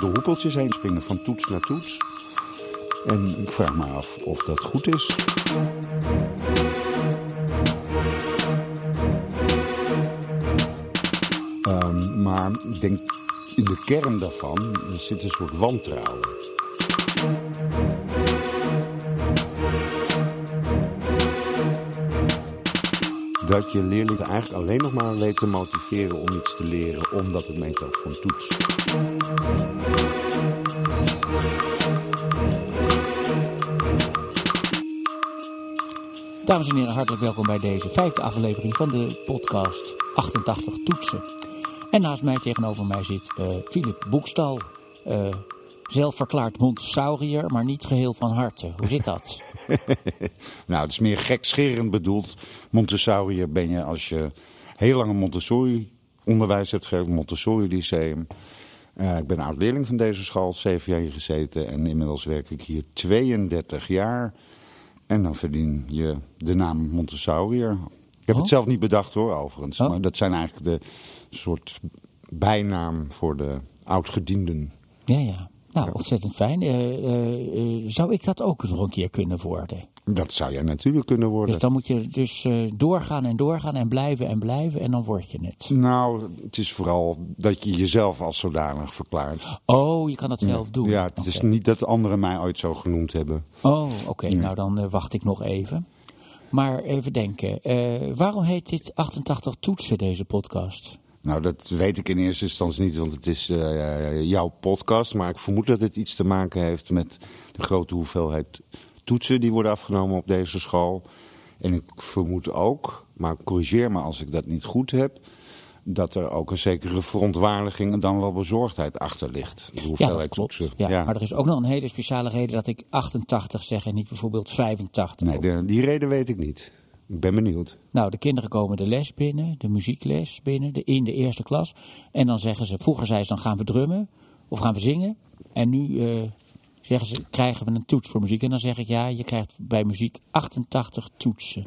de hoepeltjes heen springen van toets naar toets. En ik vraag me af of dat goed is. Maar ik denk in de kern daarvan zit een soort wantrouwen. Dat je leerlingen eigenlijk alleen nog maar weet te motiveren om iets te leren, omdat het meetelt van toets. Dames en heren, hartelijk welkom bij deze 5e aflevering van de podcast 88 Toetsen. En naast mij, tegenover mij, zit Philip Boekstal, zelfverklaard Montessoriër, maar niet geheel van harte. Hoe zit dat? Nou, het is meer gekscherend bedoeld. Montessoriër ben je als je heel lang een Montessori-onderwijs hebt gegeven, Montessori-lyceum. Ik ben oud-leerling van deze school, 7 jaar hier gezeten en inmiddels werk ik hier 32 jaar. En dan verdien je de naam Montessoriër. Ik heb het zelf niet bedacht hoor, overigens. Maar dat zijn eigenlijk de soort bijnaam voor de oudgedienden. Ja. Nou, ontzettend fijn. Zou ik dat ook nog een keer kunnen worden? Dat zou jij natuurlijk kunnen worden. Dus dan moet je doorgaan en blijven en dan word je het. Nou, het is vooral dat je jezelf als zodanig verklaart. Oh, je kan dat zelf doen? Ja, het is niet dat anderen mij ooit zo genoemd hebben. Oh, oké. Ja. Nou, dan wacht ik nog even. Maar even denken. Waarom heet dit 88 Toetsen, deze podcast? Nou, dat weet ik in eerste instantie niet, want het is jouw podcast. Maar ik vermoed dat het iets te maken heeft met de grote hoeveelheid toetsen die worden afgenomen op deze school. En ik vermoed ook, maar corrigeer me als ik dat niet goed heb, dat er ook een zekere verontwaardiging en dan wel bezorgdheid achter ligt. De hoeveelheid toetsen. Ja, maar er is ook nog een hele speciale reden dat ik 88 zeg en niet bijvoorbeeld 85. Nee, die reden weet ik niet. Ik ben benieuwd. Nou, de kinderen komen de les binnen, de muziekles binnen, in de eerste klas. En dan zeggen ze, vroeger zeiden ze dan gaan we drummen of gaan we zingen. En nu zeggen ze, krijgen we een toets voor muziek. En dan zeg ik, ja, je krijgt bij muziek 88 toetsen.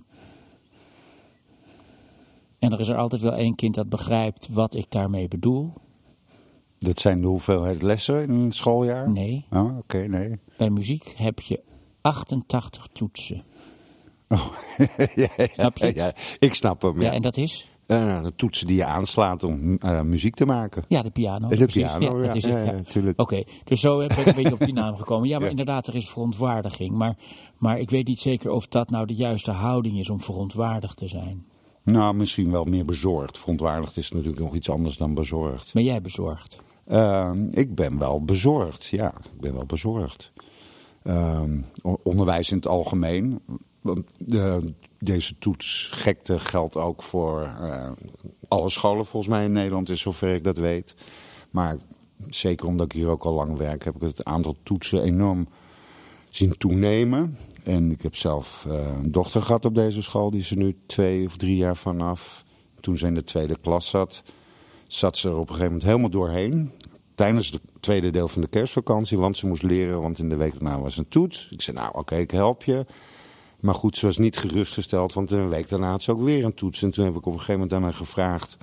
En er is er altijd wel één kind dat begrijpt wat ik daarmee bedoel. Dat zijn de hoeveelheid lessen in een schooljaar? Nee. Oh, oké, nee. Bij muziek heb je 88 toetsen. Oh, Snap je? Ja, ik snap hem. Ja, en dat is? De toetsen die je aanslaat om muziek te maken. Ja, de piano. De piano, ja. Dat is het, ja. Natuurlijk. Oké, dus zo heb ik een beetje op die naam gekomen. Ja, maar inderdaad, er is verontwaardiging. Maar ik weet niet zeker of dat nou de juiste houding is om verontwaardigd te zijn. Nou, misschien wel meer bezorgd. Verontwaardigd is natuurlijk nog iets anders dan bezorgd. Ben jij bezorgd? Ik ben wel bezorgd, ja. Ik ben wel bezorgd. Onderwijs in het algemeen. Deze toetsgekte geldt ook voor alle scholen volgens mij in Nederland, is zover ik dat weet. Maar zeker omdat ik hier ook al lang werk, heb ik het aantal toetsen enorm zien toenemen. En ik heb zelf een dochter gehad op deze school, die is er nu 2 of 3 jaar vanaf. Toen ze in de 2e klas zat ze er op een gegeven moment helemaal doorheen. Tijdens het tweede deel van de kerstvakantie, want ze moest leren, want in de week daarna was een toets. Ik zei, nou oké, ik help je. Maar goed, ze was niet gerustgesteld, want een week daarna had ze ook weer een toets. En toen heb ik op een gegeven moment aan haar gevraagd,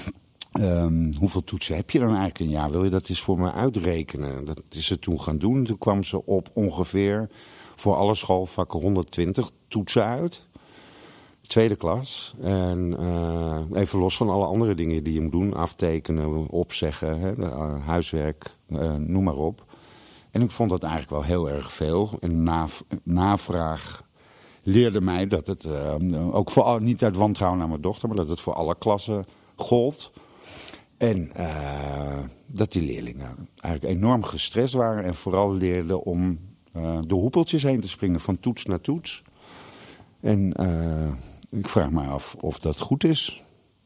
hoeveel toetsen heb je dan eigenlijk een jaar? Wil je dat eens voor me uitrekenen? Dat is ze toen gaan doen. Toen kwam ze op ongeveer voor alle schoolvakken 120 toetsen uit. 2e klas. En even los van alle andere dingen die je moet doen. Aftekenen, opzeggen, huiswerk, noem maar op. En ik vond dat eigenlijk wel heel erg veel. En navraag leerde mij dat het ook voor niet uit wantrouwen naar mijn dochter, maar dat het voor alle klassen gold. En dat die leerlingen eigenlijk enorm gestrest waren en vooral leerden om de hoepeltjes heen te springen van toets naar toets. En ik vraag me af of dat goed is.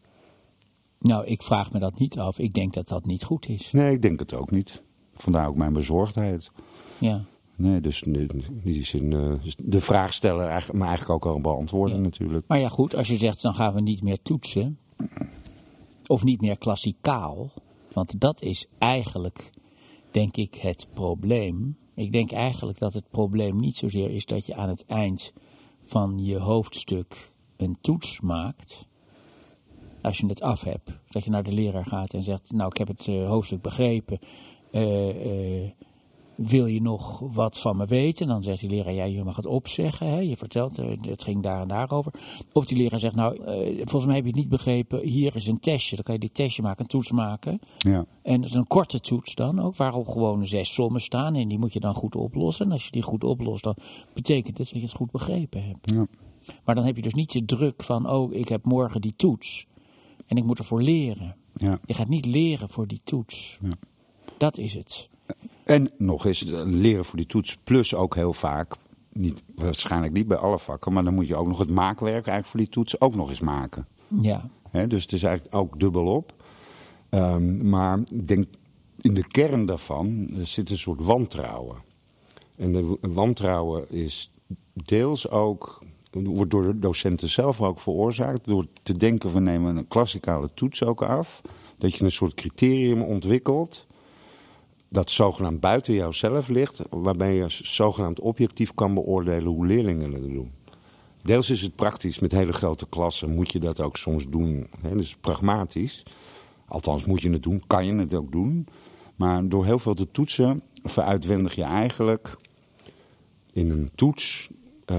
Nou, ik vraag me dat niet af. Ik denk dat dat niet goed is. Nee, ik denk het ook niet. Vandaar ook mijn bezorgdheid. Ja. Nee, dus in die zin de vraag stellen me eigenlijk ook al beantwoorden natuurlijk. Maar ja goed, als je zegt dan gaan we niet meer toetsen. Of niet meer klassikaal. Want dat is eigenlijk, denk ik, het probleem. Ik denk eigenlijk dat het probleem niet zozeer is dat je aan het eind van je hoofdstuk een toets maakt. Als je het af hebt. Dat je naar de leraar gaat en zegt, nou ik heb het hoofdstuk begrepen. wil je nog wat van me weten? Dan zegt die leraar, ja, je mag het opzeggen. Hè? Je vertelt, het ging daar en daarover. Of die leraar zegt, nou, volgens mij heb je het niet begrepen. Hier is een testje. Dan kan je dit testje maken, een toets maken. Ja. En dat is een korte toets dan ook, waarop gewoon 6 sommen staan. En die moet je dan goed oplossen. En als je die goed oplost, dan betekent het dat je het goed begrepen hebt. Ja. Maar dan heb je dus niet de druk van, ik heb morgen die toets. En ik moet ervoor leren. Ja. Je gaat niet leren voor die toets. Ja. Dat is het. En nog eens, leren voor die toets, plus ook heel vaak, waarschijnlijk niet bij alle vakken, maar dan moet je ook nog het maakwerk eigenlijk voor die toets ook nog eens maken. Ja. Dus het is eigenlijk ook dubbelop. Maar ik denk, in de kern daarvan zit een soort wantrouwen. En de wantrouwen is deels ook, wordt door de docenten zelf ook veroorzaakt, door te denken van nemen een klassikale toets ook af, dat je een soort criterium ontwikkelt dat zogenaamd buiten jouzelf ligt, waarbij je zogenaamd objectief kan beoordelen hoe leerlingen het doen. Deels is het praktisch, met hele grote klassen moet je dat ook soms doen. Dus pragmatisch. Althans moet je het doen, kan je het ook doen. Maar door heel veel te toetsen, veruitwendig je eigenlijk in een toets.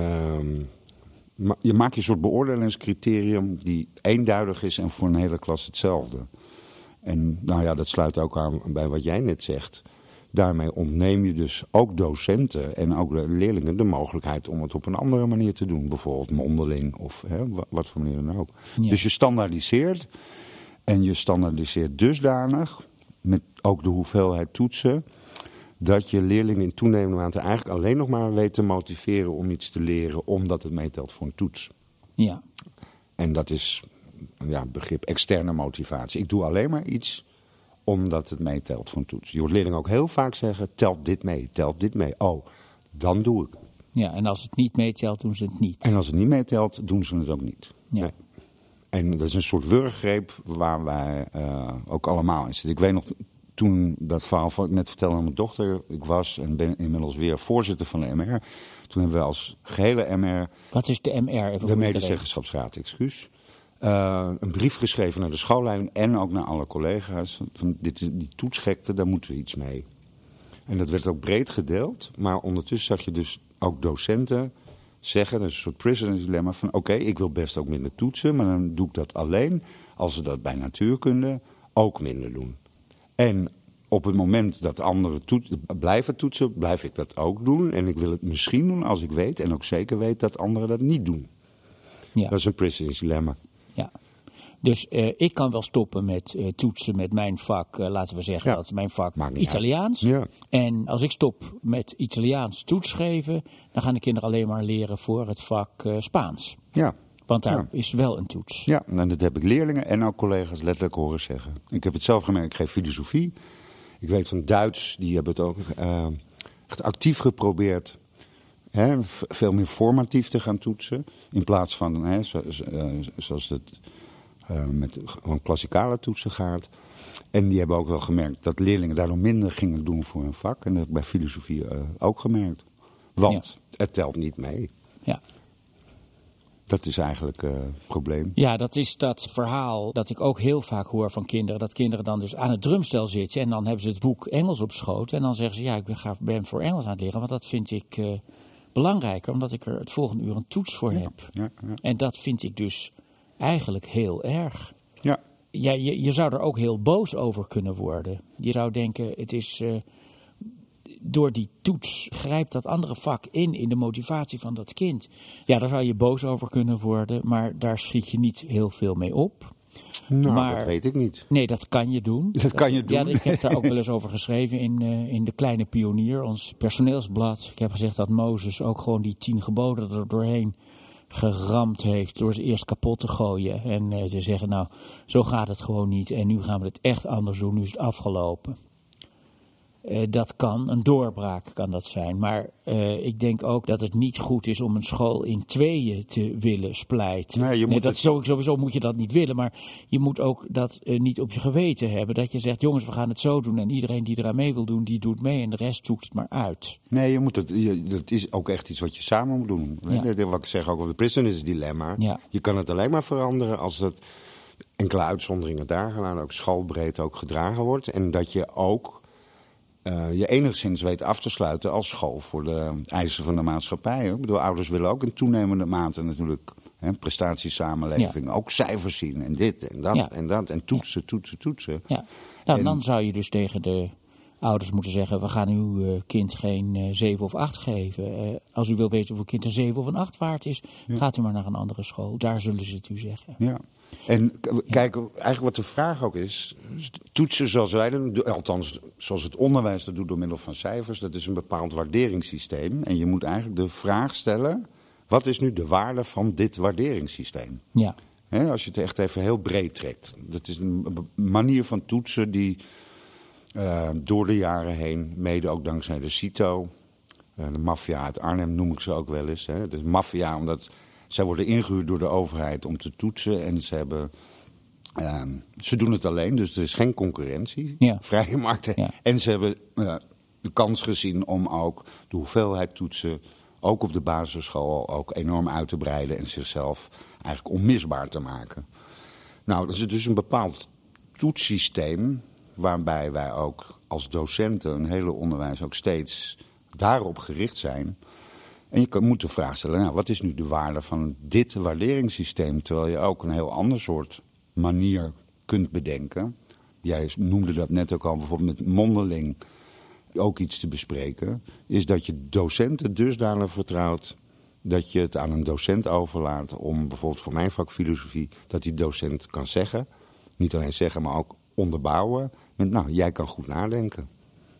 Je maakt een soort beoordelingscriterium die eenduidig is en voor een hele klas hetzelfde. En nou ja, dat sluit ook aan bij wat jij net zegt. Daarmee ontneem je dus ook docenten en ook de leerlingen de mogelijkheid om het op een andere manier te doen. Bijvoorbeeld mondeling of wat voor manier dan ook. Ja. Dus je standaardiseert. En je standaardiseert dusdanig, met ook de hoeveelheid toetsen, dat je leerlingen in toenemende mate eigenlijk alleen nog maar weet te motiveren om iets te leren, omdat het meetelt voor een toets. Ja. En dat is begrip externe motivatie. Ik doe alleen maar iets omdat het meetelt voor een toets. Je hoort leerlingen ook heel vaak zeggen, telt dit mee. Oh, dan doe ik. Ja, en als het niet meetelt, doen ze het niet. En als het niet meetelt, doen ze het ook niet. Ja. Nee. En dat is een soort wurggreep waar wij ook allemaal in zitten. Ik weet nog, toen dat verhaal wat ik net vertelde aan mijn dochter, ik was en ben inmiddels weer voorzitter van de MR. Toen hebben we als gehele MR... Wat is de MR? De Medezeggenschapsraad, excuus. Een brief geschreven naar de schoolleiding en ook naar alle collega's. Van die toetsgekte, daar moeten we iets mee. En dat werd ook breed gedeeld. Maar ondertussen zag je dus ook docenten zeggen, dat is een soort prisoner's dilemma, van oké, ik wil best ook minder toetsen, maar dan doe ik dat alleen als we dat bij natuurkunde ook minder doen. En op het moment dat anderen blijven toetsen, blijf ik dat ook doen. En ik wil het misschien doen als ik weet, en ook zeker weet, dat anderen dat niet doen. Ja. Dat is een prisoner's dilemma. Ja. Dus ik kan wel stoppen met toetsen met mijn vak, laten we zeggen dat mijn vak Italiaans. Ja. En als ik stop met Italiaans toetsgeven, dan gaan de kinderen alleen maar leren voor het vak Spaans. Ja. Want daar is wel een toets. Ja, en dat heb ik leerlingen en ook collega's letterlijk horen zeggen. Ik heb het zelf gemerkt, ik geef filosofie. Ik weet van Duits, die hebben het ook echt actief geprobeerd. Veel meer formatief te gaan toetsen. In plaats van, zoals het met gewoon klassikale toetsen gaat. En die hebben ook wel gemerkt dat leerlingen daardoor minder gingen doen voor hun vak. En dat heb ik bij filosofie ook gemerkt. Want het telt niet mee. Ja. Dat is eigenlijk het probleem. Ja, dat is dat verhaal dat ik ook heel vaak hoor van kinderen. Dat kinderen dan dus aan het drumstel zitten en dan hebben ze het boek Engels op schoot. En dan zeggen ze, ja, ik ben voor Engels aan het leren. Want dat vind ik belangrijker, omdat ik er het volgende uur een toets voor heb. Ja. En dat vind ik dus eigenlijk heel erg. Ja. Je zou er ook heel boos over kunnen worden. Je zou denken, het is... door die toets grijpt dat andere vak in de motivatie van dat kind. Ja, daar zou je boos over kunnen worden, maar daar schiet je niet heel veel mee op. Nou, maar, dat weet ik niet. Nee, dat kan je doen. Dat kan je doen. Ja, ik heb daar ook wel eens over geschreven in De Kleine Pionier, ons personeelsblad. Ik heb gezegd dat Mozes ook gewoon die 10 geboden er doorheen geramd heeft door ze eerst kapot te gooien. En te zeggen, nou, zo gaat het gewoon niet en nu gaan we het echt anders doen, nu is het afgelopen. Dat kan, een doorbraak kan dat zijn. Maar ik denk ook dat het niet goed is om een school in tweeën te willen splijten. Sowieso moet je dat niet willen, maar je moet ook dat niet op je geweten hebben. Dat je zegt, jongens, we gaan het zo doen en iedereen die eraan mee wil doen, die doet mee en de rest zoekt het maar uit. Nee, je moet dat is ook echt iets wat je samen moet doen. Ja. Wat ik zeg ook over de prisoner's dilemma. Ja. Je kan het alleen maar veranderen als het enkele uitzonderingen daar gaan, ook schoolbreed ook gedragen wordt. En dat je ook je enigszins weet af te sluiten als school voor de eisen van de maatschappij. Hè? Ik bedoel, ouders willen ook in toenemende mate natuurlijk prestatiesamenleving, ook cijfers zien en dit en dat en dat en toetsen. Ja. Nou, dan zou je dus tegen de ouders moeten zeggen, we gaan uw kind geen 7 of 8 geven. Als u wil weten of uw kind een 7 of een 8 waard is, gaat u maar naar een andere school. Daar zullen ze het u zeggen. Ja. En kijk, eigenlijk wat de vraag ook is, toetsen zoals wij dat doen, althans zoals het onderwijs dat doet door middel van cijfers, dat is een bepaald waarderingssysteem. En je moet eigenlijk de vraag stellen, wat is nu de waarde van dit waarderingssysteem? Ja. Als je het echt even heel breed trekt. Dat is een manier van toetsen die door de jaren heen, mede ook dankzij de CITO, de maffia uit Arnhem noem ik ze ook wel eens. Dus maffia omdat zij worden ingehuurd door de overheid om te toetsen en ze doen het alleen, dus er is geen concurrentie, vrije markt. Ja. En ze hebben de kans gezien om ook de hoeveelheid toetsen, ook op de basisschool, ook enorm uit te breiden en zichzelf eigenlijk onmisbaar te maken. Nou, dat is dus een bepaald toetssysteem waarbij wij ook als docenten, een hele onderwijs ook steeds daarop gericht zijn. En je moet de vraag stellen, nou, wat is nu de waarde van dit waarderingssysteem? Terwijl je ook een heel ander soort manier kunt bedenken. Jij noemde dat net ook al, bijvoorbeeld met mondeling ook iets te bespreken. Is dat je docenten dusdanig vertrouwt dat je het aan een docent overlaat om bijvoorbeeld voor mijn vak filosofie, dat die docent kan zeggen, niet alleen zeggen, maar ook onderbouwen. Met, nou, jij kan goed nadenken.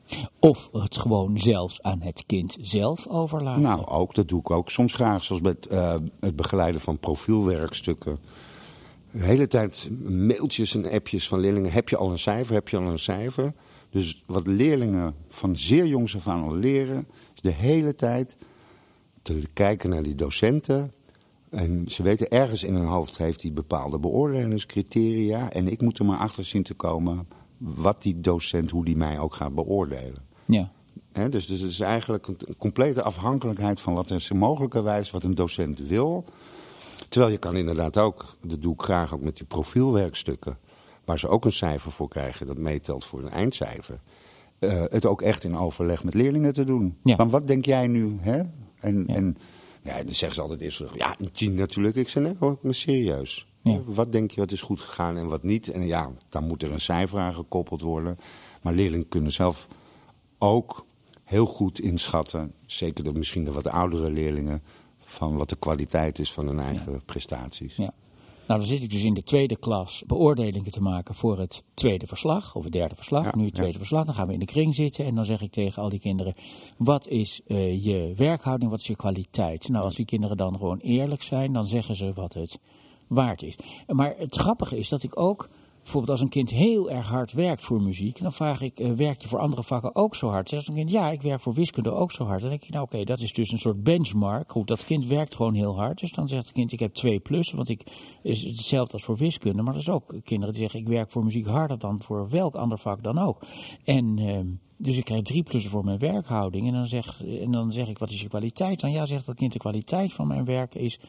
Of het gewoon zelfs aan het kind zelf overlaten. Nou, ook, dat doe ik ook. Soms graag, zoals bij het begeleiden van profielwerkstukken. De hele tijd mailtjes en appjes van leerlingen. Heb je al een cijfer? Heb je al een cijfer? Dus wat leerlingen van zeer jongs af aan al leren, is de hele tijd te kijken naar die docenten. En ze weten, ergens in hun hoofd heeft hij bepaalde beoordelingscriteria. En ik moet er maar achter zien te komen wat die docent, hoe die mij ook gaat beoordelen. Ja. Dus het is eigenlijk een complete afhankelijkheid van wat er mogelijkerwijs wat een docent wil. Terwijl je kan inderdaad ook, dat doe ik graag ook met die profielwerkstukken, waar ze ook een cijfer voor krijgen, dat meetelt voor een eindcijfer. Het ook echt in overleg met leerlingen te doen. Ja. Maar wat denk jij nu? Hè? En dan zeggen ze altijd eerst, ja, een 10 natuurlijk. Ik zeg, nee hoor, maar serieus. Ja. Wat denk je wat is goed gegaan en wat niet? En ja, dan moet er een cijfer aan gekoppeld worden. Maar leerlingen kunnen zelf ook heel goed inschatten, zeker misschien de wat oudere leerlingen, van wat de kwaliteit is van hun eigen prestaties. Ja. Nou, dan zit ik dus in de tweede klas beoordelingen te maken voor het tweede verslag, of het derde verslag, nu het tweede verslag. Dan gaan we in de kring zitten en dan zeg ik tegen al die kinderen, wat is je werkhouding, wat is je kwaliteit? Nou, als die kinderen dan gewoon eerlijk zijn, dan zeggen ze wat het waard is. Maar het grappige is dat ik ook, bijvoorbeeld als een kind heel erg hard werkt voor muziek, dan vraag ik, werk je voor andere vakken ook zo hard? Zegt een kind, ja, ik werk voor wiskunde ook zo hard. Dan denk ik, nou oké, dat is dus een soort benchmark. Goed, dat kind werkt gewoon heel hard. Dus dan zegt het kind, ik heb 2+, want ik is hetzelfde als voor wiskunde. Maar er is ook kinderen die zeggen, ik werk voor muziek harder dan voor welk ander vak dan ook. En dus ik krijg 3+ voor mijn werkhouding. En dan zeg ik, wat is je kwaliteit? Dan ja, zegt dat kind, de kwaliteit van mijn werk is 1+.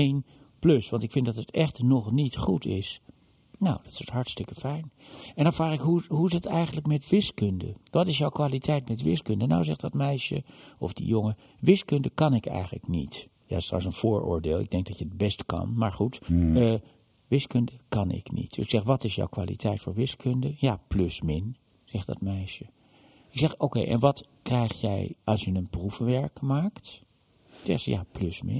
Want ik vind dat het echt nog niet goed is. Nou, dat is hartstikke fijn. En dan vraag ik, hoe is het eigenlijk met wiskunde? Wat is jouw kwaliteit met wiskunde? Nou, zegt dat meisje of die jongen, wiskunde kan ik eigenlijk niet. Ja, dat is trouwens een vooroordeel. Ik denk dat je het best kan, maar goed. Wiskunde kan ik niet. Dus ik zeg, wat is jouw kwaliteit voor wiskunde? Ja, +/-, zegt dat meisje. Ik zeg, oké, en wat krijg jij als je een proefwerk maakt? Zegt ze, ja, +/-.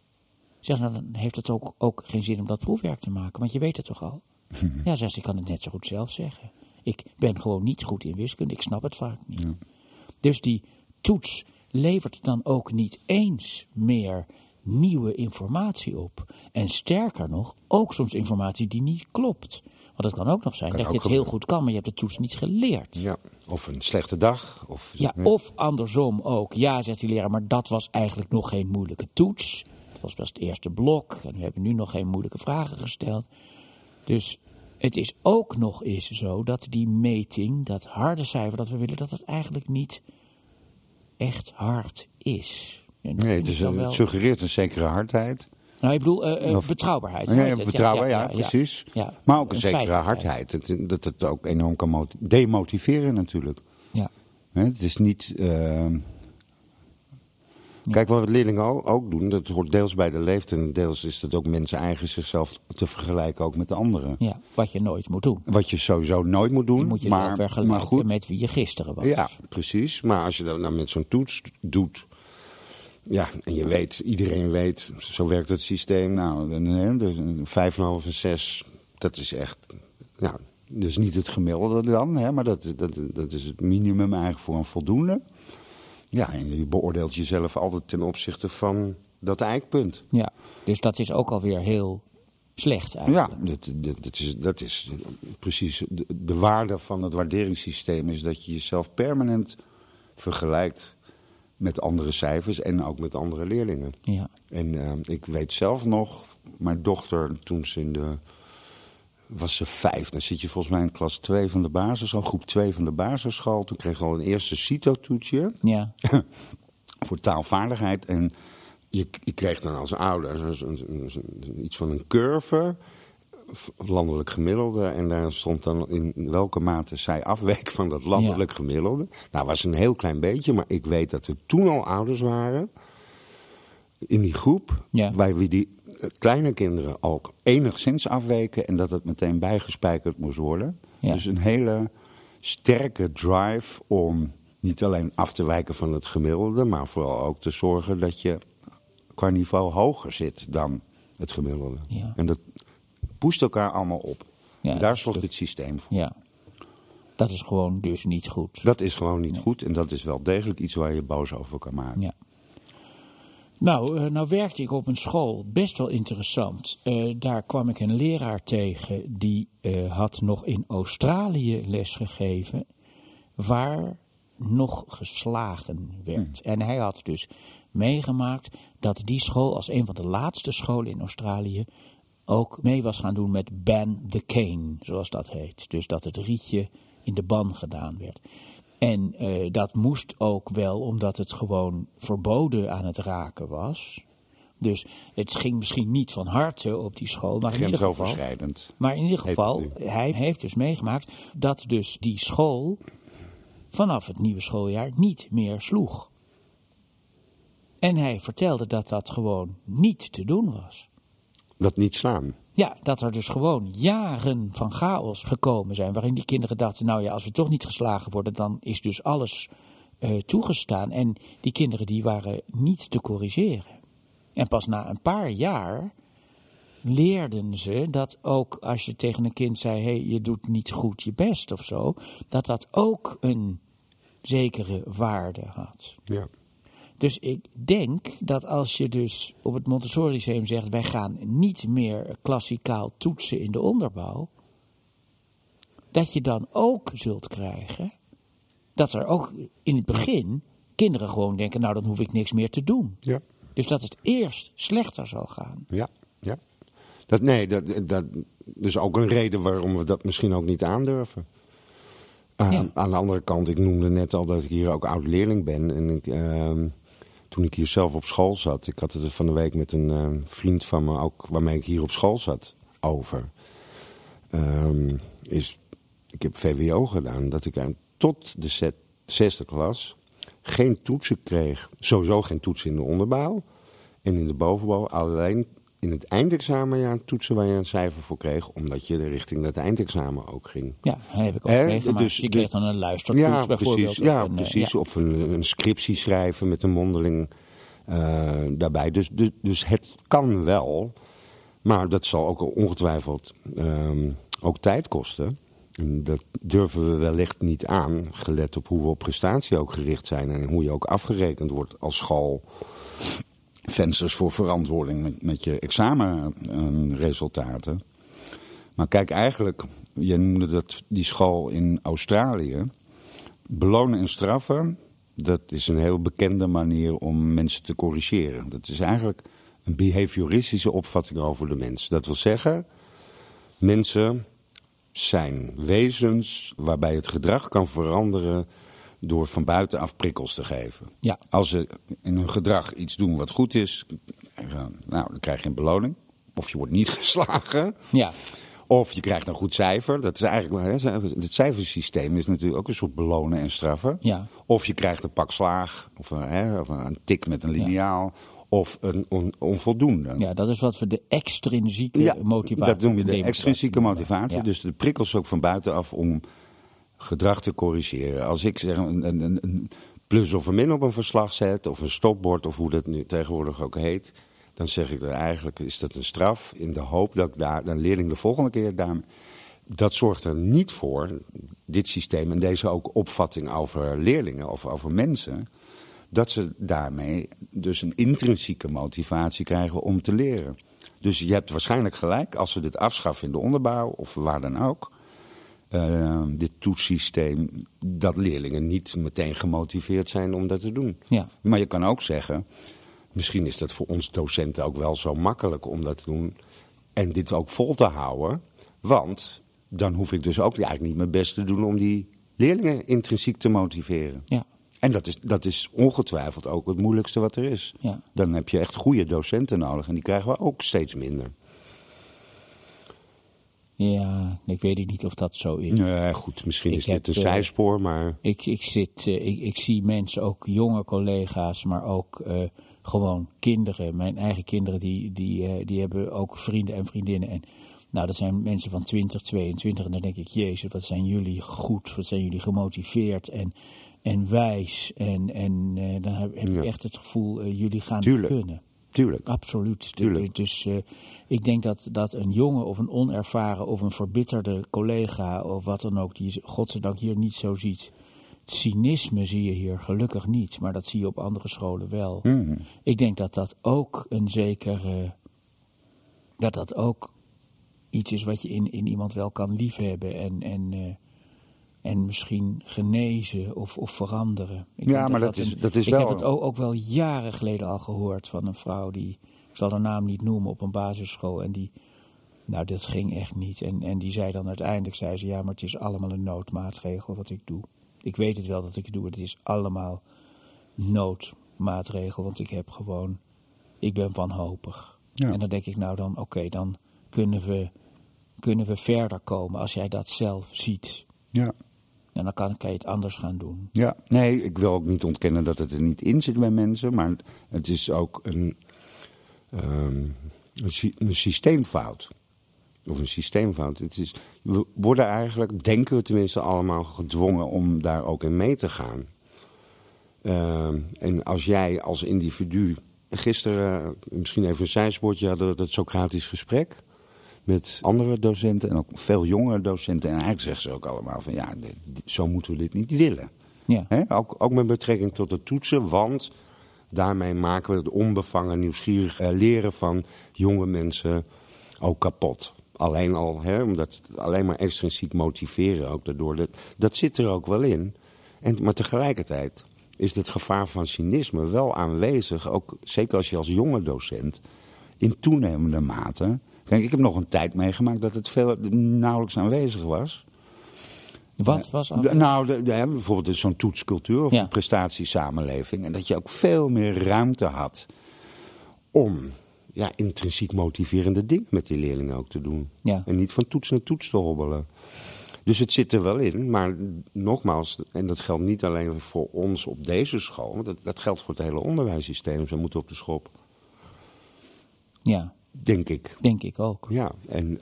Ik zeg, nou, dan heeft het ook geen zin om dat proefwerk te maken, want je weet het toch al? Ja, zegt ze, ik kan het net zo goed zelf zeggen. Ik ben gewoon niet goed in wiskunde, ik snap het vaak niet. Ja. Dus die toets levert dan ook niet eens meer nieuwe informatie op. En sterker nog, ook soms informatie die niet klopt. Want het kan ook nog zijn dat je het heel goed kan, maar je hebt de toets niet geleerd. Ja, of een slechte dag. Of andersom ook. Ja, zegt die leraar, maar dat was eigenlijk nog geen moeilijke toets. Dat was best het eerste blok en we hebben nu nog geen moeilijke vragen gesteld. Dus het is ook nog eens zo dat die meting, dat harde cijfer dat we willen, dat het eigenlijk niet echt hard is. Nee, dus het suggereert een zekere hardheid. Nou, ik bedoel betrouwbaarheid. Ja, betrouwbaar, ja, precies. Ja. Maar ook een zekere hardheid. Dat het ook enorm kan demotiveren natuurlijk. Ja. Het is niet... Kijk, wat leerlingen ook doen, dat hoort deels bij de leeftijd en deels is het ook mensen eigen zichzelf te vergelijken ook met de anderen. Ja, wat je nooit moet doen. Wat je sowieso nooit moet doen. Je moet jezelf vergelijken met wie je gisteren was. Ja, precies. Maar als je dat nou met zo'n toets doet, ja, en je weet, iedereen weet, zo werkt het systeem. Nou, een 5,5 en 6, dat is echt, nou, dat is niet het gemiddelde dan, hè, maar dat is het minimum eigenlijk voor een voldoende. Ja, en je beoordeelt jezelf altijd ten opzichte van dat eikpunt. Ja, dus dat is ook alweer heel slecht eigenlijk. Ja, dat is precies de waarde van het waarderingssysteem is dat je jezelf permanent vergelijkt met andere cijfers en ook met andere leerlingen. Ja. En ik weet zelf nog, mijn dochter toen ze was ze 5. Dan zit je volgens mij in klas 2 van de basisschool, groep 2 van de basisschool. Toen kreeg je al een eerste CITO-toetsje. Ja. Voor taalvaardigheid. En je kreeg dan als ouder iets van een curve, landelijk gemiddelde. En daar stond dan in welke mate zij afweek van dat landelijk gemiddelde. Nou, was een heel klein beetje, maar ik weet dat er toen al ouders waren in die groep, waar wie die kleine kinderen ook enigszins afweken en dat het meteen bijgespijkerd moest worden. Ja. Dus een hele sterke drive om niet alleen af te wijken van het gemiddelde, maar vooral ook te zorgen dat je qua niveau hoger zit dan het gemiddelde. Ja. En dat pusht elkaar allemaal op. Ja, daar zorgt het systeem voor. Ja. Dat is gewoon dus niet goed. Dat is gewoon niet goed en dat is wel degelijk iets waar je boos over kan maken. Ja. Nou werkte ik op een school, best wel interessant. Daar kwam ik een leraar tegen die had nog in Australië lesgegeven, waar nog geslagen werd. En hij had dus meegemaakt dat die school als een van de laatste scholen in Australië ook mee was gaan doen met ban the cane, zoals dat heet. Dus dat het rietje in de ban gedaan werd. En dat moest ook wel omdat het gewoon verboden aan het raken was. Dus het ging misschien niet van harte op die school. Maar in ieder geval, hij heeft dus meegemaakt dat dus die school vanaf het nieuwe schooljaar niet meer sloeg. En hij vertelde dat dat gewoon niet te doen was. Dat niet slaan? Ja, dat er dus gewoon jaren van chaos gekomen zijn, waarin die kinderen dachten, nou ja, als we toch niet geslagen worden, dan is dus alles toegestaan. En die kinderen die waren niet te corrigeren. En pas na een paar jaar leerden ze dat ook als je tegen een kind zei, hey, je doet niet goed je best of zo, dat dat ook een zekere waarde had. Ja. Dus ik denk dat als je dus op het Montessori Lyceum zegt, wij gaan niet meer klassikaal toetsen in de onderbouw, dat je dan ook zult krijgen dat er ook in het begin kinderen gewoon denken, nou dan hoef ik niks meer te doen. Ja. Dus dat het eerst slechter zal gaan. Ja, ja. Dat is ook een reden waarom we dat misschien ook niet aandurven. Aan de andere kant, ik noemde net al dat ik hier ook oud-leerling ben. En toen ik hier zelf op school zat, ik had het er van de week met een vriend van me, ook waarmee ik hier op school zat, over. Ik heb VWO gedaan, dat ik tot de 6e klas geen toetsen kreeg. Sowieso geen toetsen in de onderbouw en in de bovenbouw. Alleen in het eindexamenjaar toetsen waar je een cijfer voor kreeg, omdat je richting dat eindexamen ook ging. Ja, dat heb ik ook meegemaakt. Dus je kreeg dan een luistertoets bijvoorbeeld. Ja, precies. Of een scriptie schrijven met een mondeling daarbij. Dus het kan wel, maar dat zal ook ongetwijfeld ook tijd kosten. En dat durven we wellicht niet aan, gelet op hoe we op prestatie ook gericht zijn en hoe je ook afgerekend wordt als school. Vensters voor verantwoording met je examenresultaten. Maar kijk, eigenlijk, je noemde dat die school in Australië. Belonen en straffen, dat is een heel bekende manier om mensen te corrigeren. Dat is eigenlijk een behavioristische opvatting over de mens. Dat wil zeggen, mensen zijn wezens waarbij het gedrag kan veranderen door van buitenaf prikkels te geven. Ja. Als ze in hun gedrag iets doen wat goed is, nou, dan krijg je een beloning. Of je wordt niet geslagen. Ja. Of je krijgt een goed cijfer. Dat is eigenlijk, het cijfersysteem is natuurlijk ook een soort belonen en straffen. Ja. Of je krijgt een pak slaag, of een tik met een liniaal, of een onvoldoende. Ja, dat is wat we de extrinsieke motivatie dat noem je de extrinsieke motivatie. Ja. Dus de prikkels ook van buitenaf om gedrag te corrigeren. Als ik zeg een plus of een min op een verslag zet, of een stopbord, of hoe dat nu tegenwoordig ook heet, dan zeg ik dat eigenlijk is dat een straf in de hoop dat ik daar een leerling de volgende keer daar. Dat zorgt er niet voor, dit systeem en deze ook opvatting over leerlingen of over mensen, dat ze daarmee dus een intrinsieke motivatie krijgen om te leren. Dus je hebt waarschijnlijk gelijk, als we dit afschaffen in de onderbouw of waar dan ook, dit toetssysteem, dat leerlingen niet meteen gemotiveerd zijn om dat te doen. Ja. Maar je kan ook zeggen, misschien is dat voor ons docenten ook wel zo makkelijk om dat te doen en dit ook vol te houden, want dan hoef ik dus ook eigenlijk niet mijn best te doen om die leerlingen intrinsiek te motiveren. Ja. En dat is ongetwijfeld ook het moeilijkste wat er is. Ja. Dan heb je echt goede docenten nodig en die krijgen we ook steeds minder. Ja, ik weet niet of dat zo is. Nee, goed, misschien is dit een zijspoor, maar Ik zie mensen, ook jonge collega's, maar ook gewoon kinderen. Mijn eigen kinderen, die hebben ook vrienden en vriendinnen. En nou, dat zijn mensen van 20, 22. En dan denk ik, jezus, wat zijn jullie goed, wat zijn jullie gemotiveerd en wijs. En dan heb ik echt het gevoel, jullie gaan het kunnen. Tuurlijk. Absoluut. Tuurlijk. Dus ik denk dat een jonge of een onervaren of een verbitterde collega of wat dan ook, die godzijdank hier niet zo ziet. Het cynisme zie je hier gelukkig niet, maar dat zie je op andere scholen wel. Mm-hmm. Ik denk dat ook een zekere, dat ook iets is wat je in iemand wel kan liefhebben en misschien genezen of veranderen. Ik denk maar dat is wel. Ik heb het ook wel jaren geleden al gehoord van een vrouw die, ik zal haar naam niet noemen, op een basisschool. En die, nou dat ging echt niet. En die zei dan uiteindelijk, zei ze, ja, maar het is allemaal een noodmaatregel wat ik doe. Ik weet het wel dat ik het doe, het is allemaal noodmaatregel, want ik ben wanhopig. Ja. En dan denk ik, nou dan, oké, dan kunnen we verder komen als jij dat zelf ziet. Ja. En dan kan je het anders gaan doen. Ja, nee, ik wil ook niet ontkennen dat het er niet in zit bij mensen, maar het is ook een systeemfout. Of een systeemfout. We worden eigenlijk, denken we tenminste allemaal, gedwongen om daar ook in mee te gaan. En als jij als individu, gisteren misschien even een zijspoortje, hadden we dat Socratisch gesprek met andere docenten en ook veel jongere docenten. En eigenlijk zeggen ze ook allemaal van ja, zo moeten we dit niet willen. Ja. Ook met betrekking tot het toetsen, want daarmee maken we het onbevangen, nieuwsgierig leren van jonge mensen ook kapot. Alleen al, omdat alleen maar extrinsiek motiveren ook daardoor. Dat zit er ook wel in. Maar tegelijkertijd is het gevaar van cynisme wel aanwezig, ook zeker als je als jonge docent in toenemende mate. Kijk, ik heb nog een tijd meegemaakt dat het nauwelijks aanwezig was. Wat was aanwezig? Nou, bijvoorbeeld zo'n toetscultuur of een prestatiesamenleving. En dat je ook veel meer ruimte had om intrinsiek motiverende dingen met die leerlingen ook te doen. Ja. En niet van toets naar toets te hobbelen. Dus het zit er wel in, maar nogmaals, en dat geldt niet alleen voor ons op deze school, dat geldt voor het hele onderwijssysteem. Ze moeten op de schop. Ja. Denk ik. Denk ik ook. Ja, en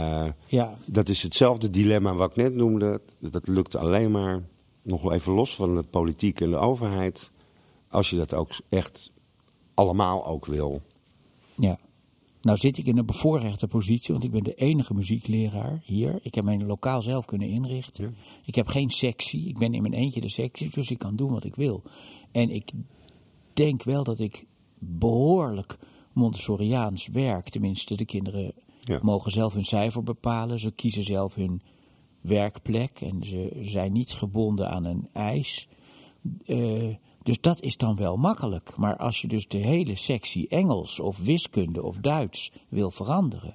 dat is hetzelfde dilemma wat ik net noemde. Dat lukt alleen maar, nog wel even los van de politiek en de overheid, als je dat ook echt allemaal ook wil. Ja. Nou zit ik in een bevoorrechte positie, want ik ben de enige muziekleraar hier. Ik heb mijn lokaal zelf kunnen inrichten. Ja. Ik heb geen sectie. Ik ben in mijn eentje de sectie, dus ik kan doen wat ik wil. En ik denk wel dat ik behoorlijk Montessoriaans werk. Tenminste, de kinderen mogen zelf hun cijfer bepalen. Ze kiezen zelf hun werkplek en ze zijn niet gebonden aan een eis. Dus dat is dan wel makkelijk. Maar als je dus de hele sectie Engels of wiskunde of Duits wil veranderen,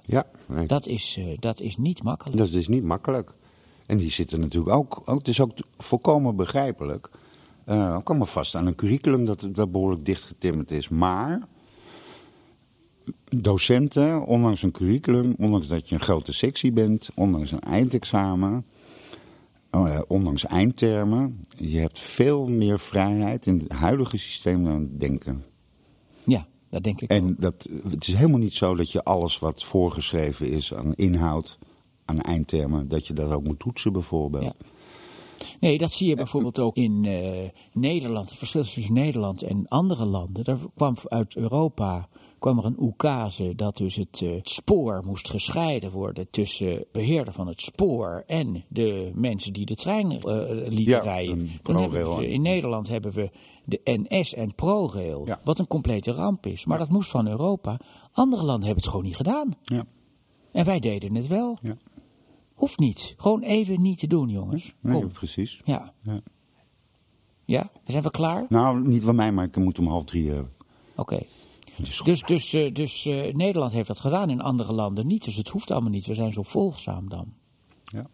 dat is niet makkelijk. Dat is niet makkelijk. En die zitten natuurlijk ook het is ook volkomen begrijpelijk. Ik kom me vast aan een curriculum dat behoorlijk dichtgetimmerd is. Maar docenten, ondanks een curriculum, ondanks dat je een grote sectie bent, ondanks een eindexamen, ondanks eindtermen, je hebt veel meer vrijheid in het huidige systeem dan het denken. Ja, dat denk ik ook. En het is helemaal niet zo dat je alles wat voorgeschreven is aan inhoud, aan eindtermen, dat je dat ook moet toetsen bijvoorbeeld. Ja. Nee, dat zie je bijvoorbeeld ook in Nederland. Het verschil tussen Nederland en andere landen. Daar kwam uit Europa er een oekase dat dus het spoor moest gescheiden worden tussen beheerder van het spoor en de mensen die de trein lieten rijden. In Nederland hebben we de NS en ProRail, wat een complete ramp is. Maar dat moest van Europa. Andere landen hebben het gewoon niet gedaan. Ja. En wij deden het wel. Ja. Hoeft niet. Gewoon even niet te doen, jongens. Nee, precies. Ja. Ja, zijn we klaar? Nou, niet van mij, maar ik moet om 2:30 hebben. Oké. Dus Nederland heeft dat gedaan, in andere landen niet. Dus het hoeft allemaal niet. We zijn zo volgzaam dan. Ja.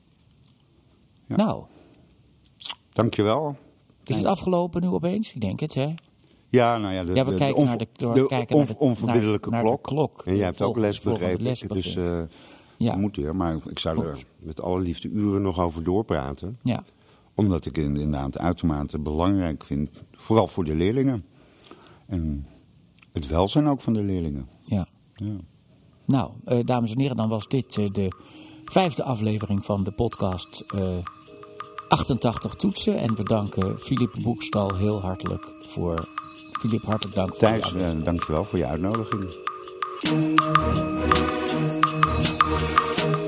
Nou. Dankjewel. Is het afgelopen nu opeens? Ik denk het, hè? Ja, nou ja, we kijken naar de onverbiddelijke klok. En jij hebt ook les begrepen. Dus ja. moet weer. Maar ik zou er met alle liefde uren nog over doorpraten. Ja. Omdat ik het inderdaad uitermate belangrijk vind. Vooral voor de leerlingen. En het welzijn ook van de leerlingen. Ja. Nou, dames en heren, dan was dit de 5e aflevering van de podcast 88 toetsen. En we danken Philip Boekstal heel hartelijk voor... Philip, hartelijk dank voor Thijs, dankjewel voor je uitnodiging.